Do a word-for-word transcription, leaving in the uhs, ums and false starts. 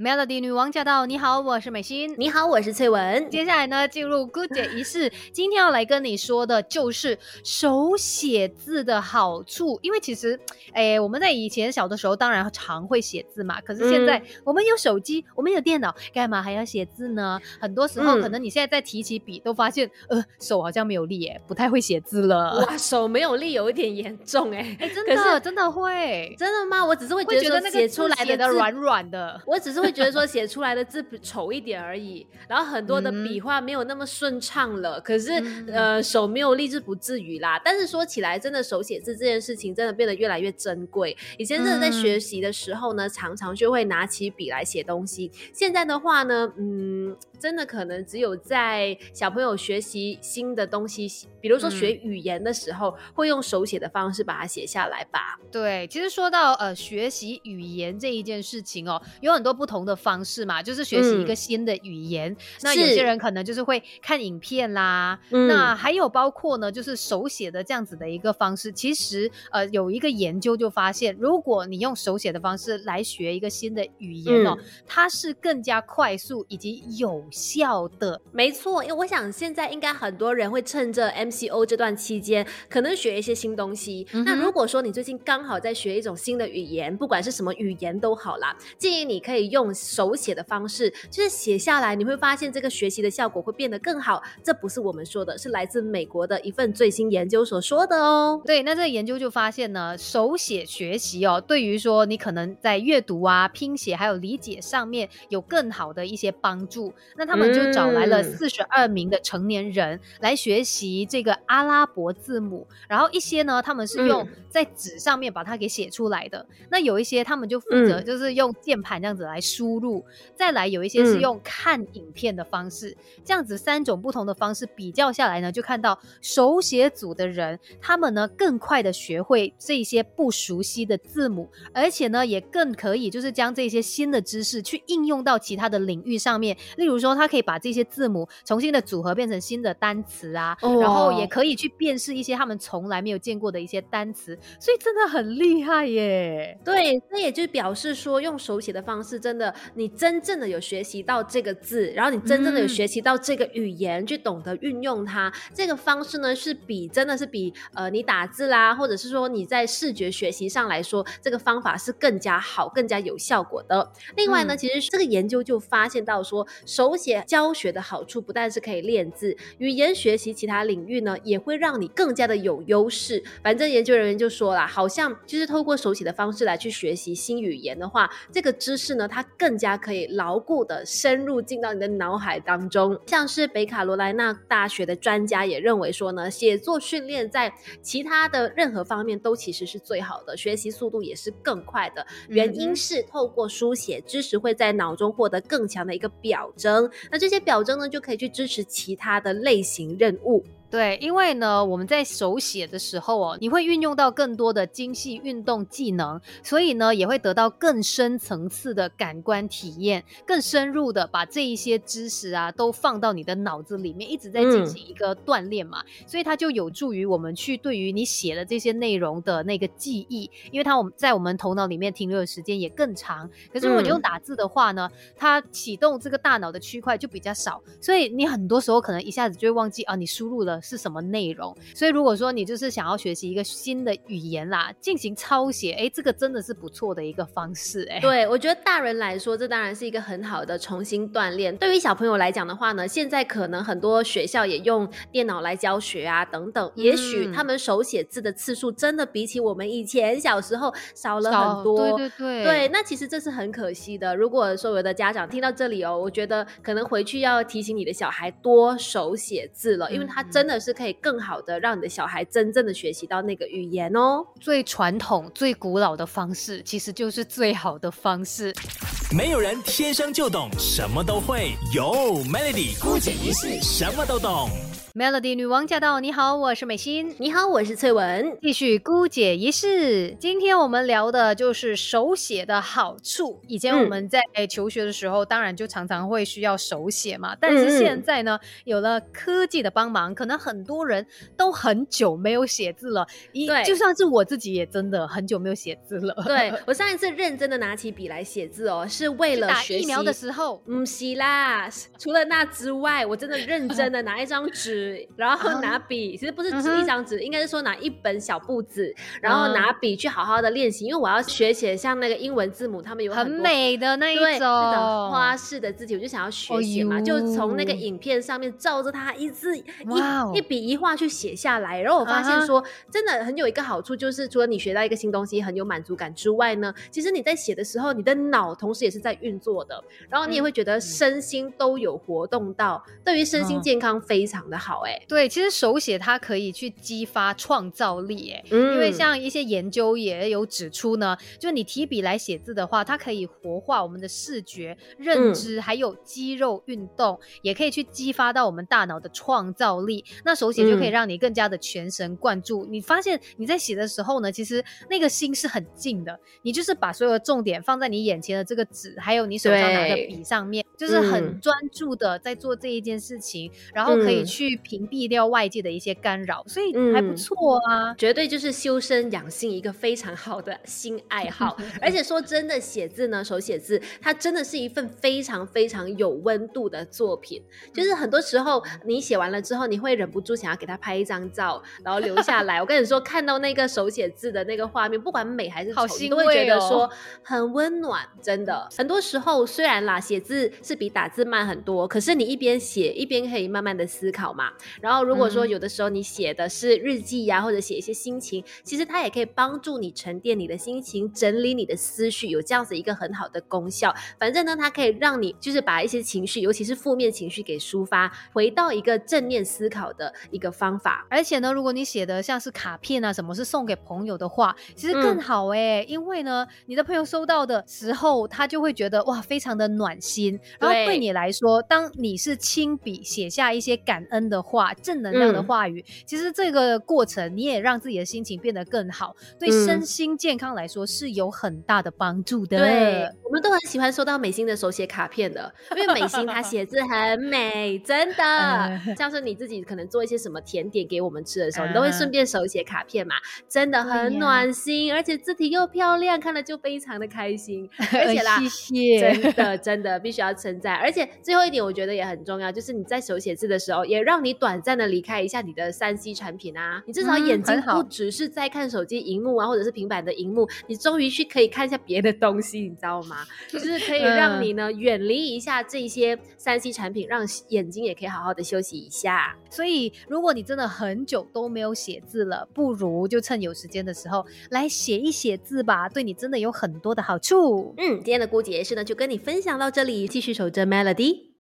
Melody 女王驾到！你好，我是美心。 你好，我是翠文。 接下来呢，进入 Good 姐仪式。今天要来跟你说的就是手写字的好处。因为其实，哎，我们在以前小的时候，当然常会写字嘛。可是现在、嗯、我们有手机，我们有电脑，干嘛还要写字呢？很多时候，嗯、可能你现在在提起笔，都发现，呃，手好像没有力耶，不太会写字了。 哇，手没有力有一点严重哎。 哎，真的，真的会， 真的吗？我只是会觉得说写出来的字写的软软的， 我只是会觉得说写出来的字丑一点而已，然后很多的笔画没有那么顺畅了。嗯、可是、嗯、呃，手没有力是不至于啦。但是说起来，真的手写字这件事情真的变得越来越珍贵。以前真的在学习的时候呢，嗯、常常就会拿起笔来写东西。现在的话呢，嗯，真的可能只有在小朋友学习新的东西，比如说学语言的时候，嗯、会用手写的方式把它写下来吧。 对，其实说到呃学习语言这一件事情哦，有很多不同的方式嘛，就是学习一个新的语言。嗯、那有些人可能就是会看影片啦，嗯、那还有包括呢，就是手写的这样子的一个方式。其实呃有一个研究就发现，如果你用手写的方式来学一个新的语言哦，嗯、它是更加快速以及有效的。 没错，因为我想现在应该很多人会趁着 M C O 这段期间，可能学一些新东西。嗯、那如果说你最近刚好在学一种新的语言，不管是什么语言都好啦，建议你可以用手写的方式，就是写下来，你会发现这个学习的效果会变得更好。这不是我们说的，是来自美国的一份最新研究所说的哦。 对，那这个研究就发现呢，手写学习哦，对于说你可能在阅读啊、拼写还有理解上面有更好的一些帮助。那他们就找来了四十二名的成年人来学习这个阿拉伯字母，然后一些呢，他们是用在纸上面把它给写出来的。嗯、那有一些他们就负责就是用键盘这样子来输入，嗯、再来有一些是用看影片的方式，嗯、这样子三种不同的方式比较下来呢，就看到手写组的人，他们呢更快的学会这些不熟悉的字母，而且呢也更可以就是将这些新的知识去应用到其他的领域上面。例如说他可以把这些字母重新的组合变成新的单词啊，哦、然后也可以去辨识一些他们从来没有见过的一些单词，所以真的很厉害耶。 对，这也就表示说用手写的方式，真的你真正的有学习到这个字，然后你真正的有学习到这个语言，嗯、去懂得运用它，这个方式呢是比真的是比呃你打字啦，或者是说你在视觉学习上来说，这个方法是更加好更加有效果的。另外呢，嗯、其实这个研究就发现到说，手写教学的好处不但是可以练字，语言学习其他领域呢也会让你更加的有优势。反正研究人员就说啦，好像就是透过手写的方式来去学习新语言的话，这个知识呢它更加可以牢固的深入进到你的脑海当中。像是北卡罗来纳大学的专家也认为说呢，写作训练在其他的任何方面都其实是最好的，学习速度也是更快的。原因是透过书写，知识会在脑中获得更强的一个表征，那这些表征呢就可以去支持其他的类型任务。 对，因为呢我们在手写的时候哦，你会运用到更多的精细运动技能，所以呢也会得到更深层次的感官体验，更深入的把这一些知识啊都放到你的脑子里面，一直在进行一个锻炼嘛、嗯、所以它就有助于我们去对于你写的这些内容的那个记忆，因为它在我们头脑里面停留的时间也更长。可是如果你用打字的话呢、嗯、它启动这个大脑的区块就比较少，所以你很多时候可能一下子就会忘记啊你输入了是什么内容。所以如果说你就是想要学习一个新的语言啦，进行抄写，哎，这个真的是不错的一个方式。哎， 对，我觉得大人来说这当然是一个很好的重新锻炼。对于小朋友来讲的话呢，现在可能很多学校也用电脑来教学啊等等，也许他们手写字的次数真的比起我们以前小时候少了很多。 对对对对，那其实这是很可惜的。如果所有的家长听到这里哦，我觉得可能回去要提醒你的小孩多手写字了，因为它真的是可以更好的让你的小孩真正的学习到那个语言哦。 最传统最古老的方式其实就是最好的方式。 没有人天生就懂什么都会，有 Melody 姑姐仪式什么都懂。 Melody 女王驾到！你好，我是美心。 你好，我是翠文。 继续姑姐仪式，今天我们聊的就是手写的好处。以前我们在求学的时候，嗯、当然就常常会需要手写嘛。但是现在呢，嗯、有了科技的帮忙，可能很多人都很久没有写字了。 对， 就算是我自己也真的很久没有写字了。 对，我上一次认真的拿起笔来写字哦，是为了学习打疫苗的时候。 不是啦，除了那之外，我真的认真的拿一张纸。然后拿笔，其实不是纸一张纸，应该是说拿一本小簿子，然后拿笔去好好的练习，因为我要学写像那个英文字母，他们有很美的那一种， 对，那种花式的字体，我就想要学写嘛，就从那个影片上面照着它一字一一笔一画去写下来。然后我发现说，真的很有一个好处，就是除了你学到一个新东西很有满足感之外呢，其实你在写的时候，你的脑同时也是在运作的，然后你也会觉得身心都有活动到，对于身心健康非常的好。欸、 对，其实手写它可以去激发创造力、欸嗯、因为像一些研究也有指出呢，就你提笔来写字的话，它可以活化我们的视觉认知、嗯、还有肌肉运动，也可以去激发到我们大脑的创造力。那手写就可以让你更加的全神贯注、嗯、你发现你在写的时候呢，其实那个心是很静的，你就是把所有的重点放在你眼前的这个纸还有你手上拿的笔上面，就是很专注的在做这一件事情、嗯、然后可以去屏蔽掉外界的一些干扰，所以还不错啊、 嗯、绝对就是修身养性一个非常好的新爱好而且说真的，写字呢，手写字它真的是一份非常非常有温度的作品，就是很多时候你写完了之后，你会忍不住想要给它拍一张照然后留下来我跟你说，看到那个手写字的那个画面，不管美还是丑、哦、你都会觉得说很温暖。真的很多时候虽然啦写字是比打字慢很多，可是你一边写一边可以慢慢的思考嘛，然后如果说有的时候你写的是日记呀、啊，或者写一些心情，其实它也可以帮助你沉淀你的心情，整理你的思绪，有这样子一个很好的功效。反正呢，它可以让你就是把一些情绪，尤其是负面情绪给抒发，回到一个正面思考的一个方法。 而且呢，如果你写的像是卡片啊什么是送给朋友的话，其实更好哎、欸嗯，因为呢，你的朋友收到的时候，他就会觉得哇，非常的暖心。然后对你来说，当你是亲笔写下一些感恩的话，正能量的话语、嗯、其实这个过程你也让自己的心情变得更好，对身心健康来说是有很大的帮助的。 对，我们都很喜欢收到美心的手写卡片的，因为美心她写字很美真的、呃、像是你自己可能做一些什么甜点给我们吃的时候、呃、你都会顺便手写卡片嘛，真的很暖心，而且字体又漂亮，看了就非常的开心。而且啦， 谢谢， 真的真的必须要称赞。而且最后一点我觉得也很重要，就是你在手写字的时候也让你短暂的离开一下你的 三 C 产品啊，你至少眼睛不只是在看手机荧幕啊，或者是平板的荧幕，你终于去可以看一下别的东西，你知道吗？就是可以让你呢远离一下这些 三 C 产品，让眼睛也可以好好的休息一下。 所以如果你真的很久都没有写字了，不如就趁有时间的时候来写一写字吧，对你真的有很多的好处。 嗯，今天的姑姐是呢就跟你分享到这里，继续守着 Melody。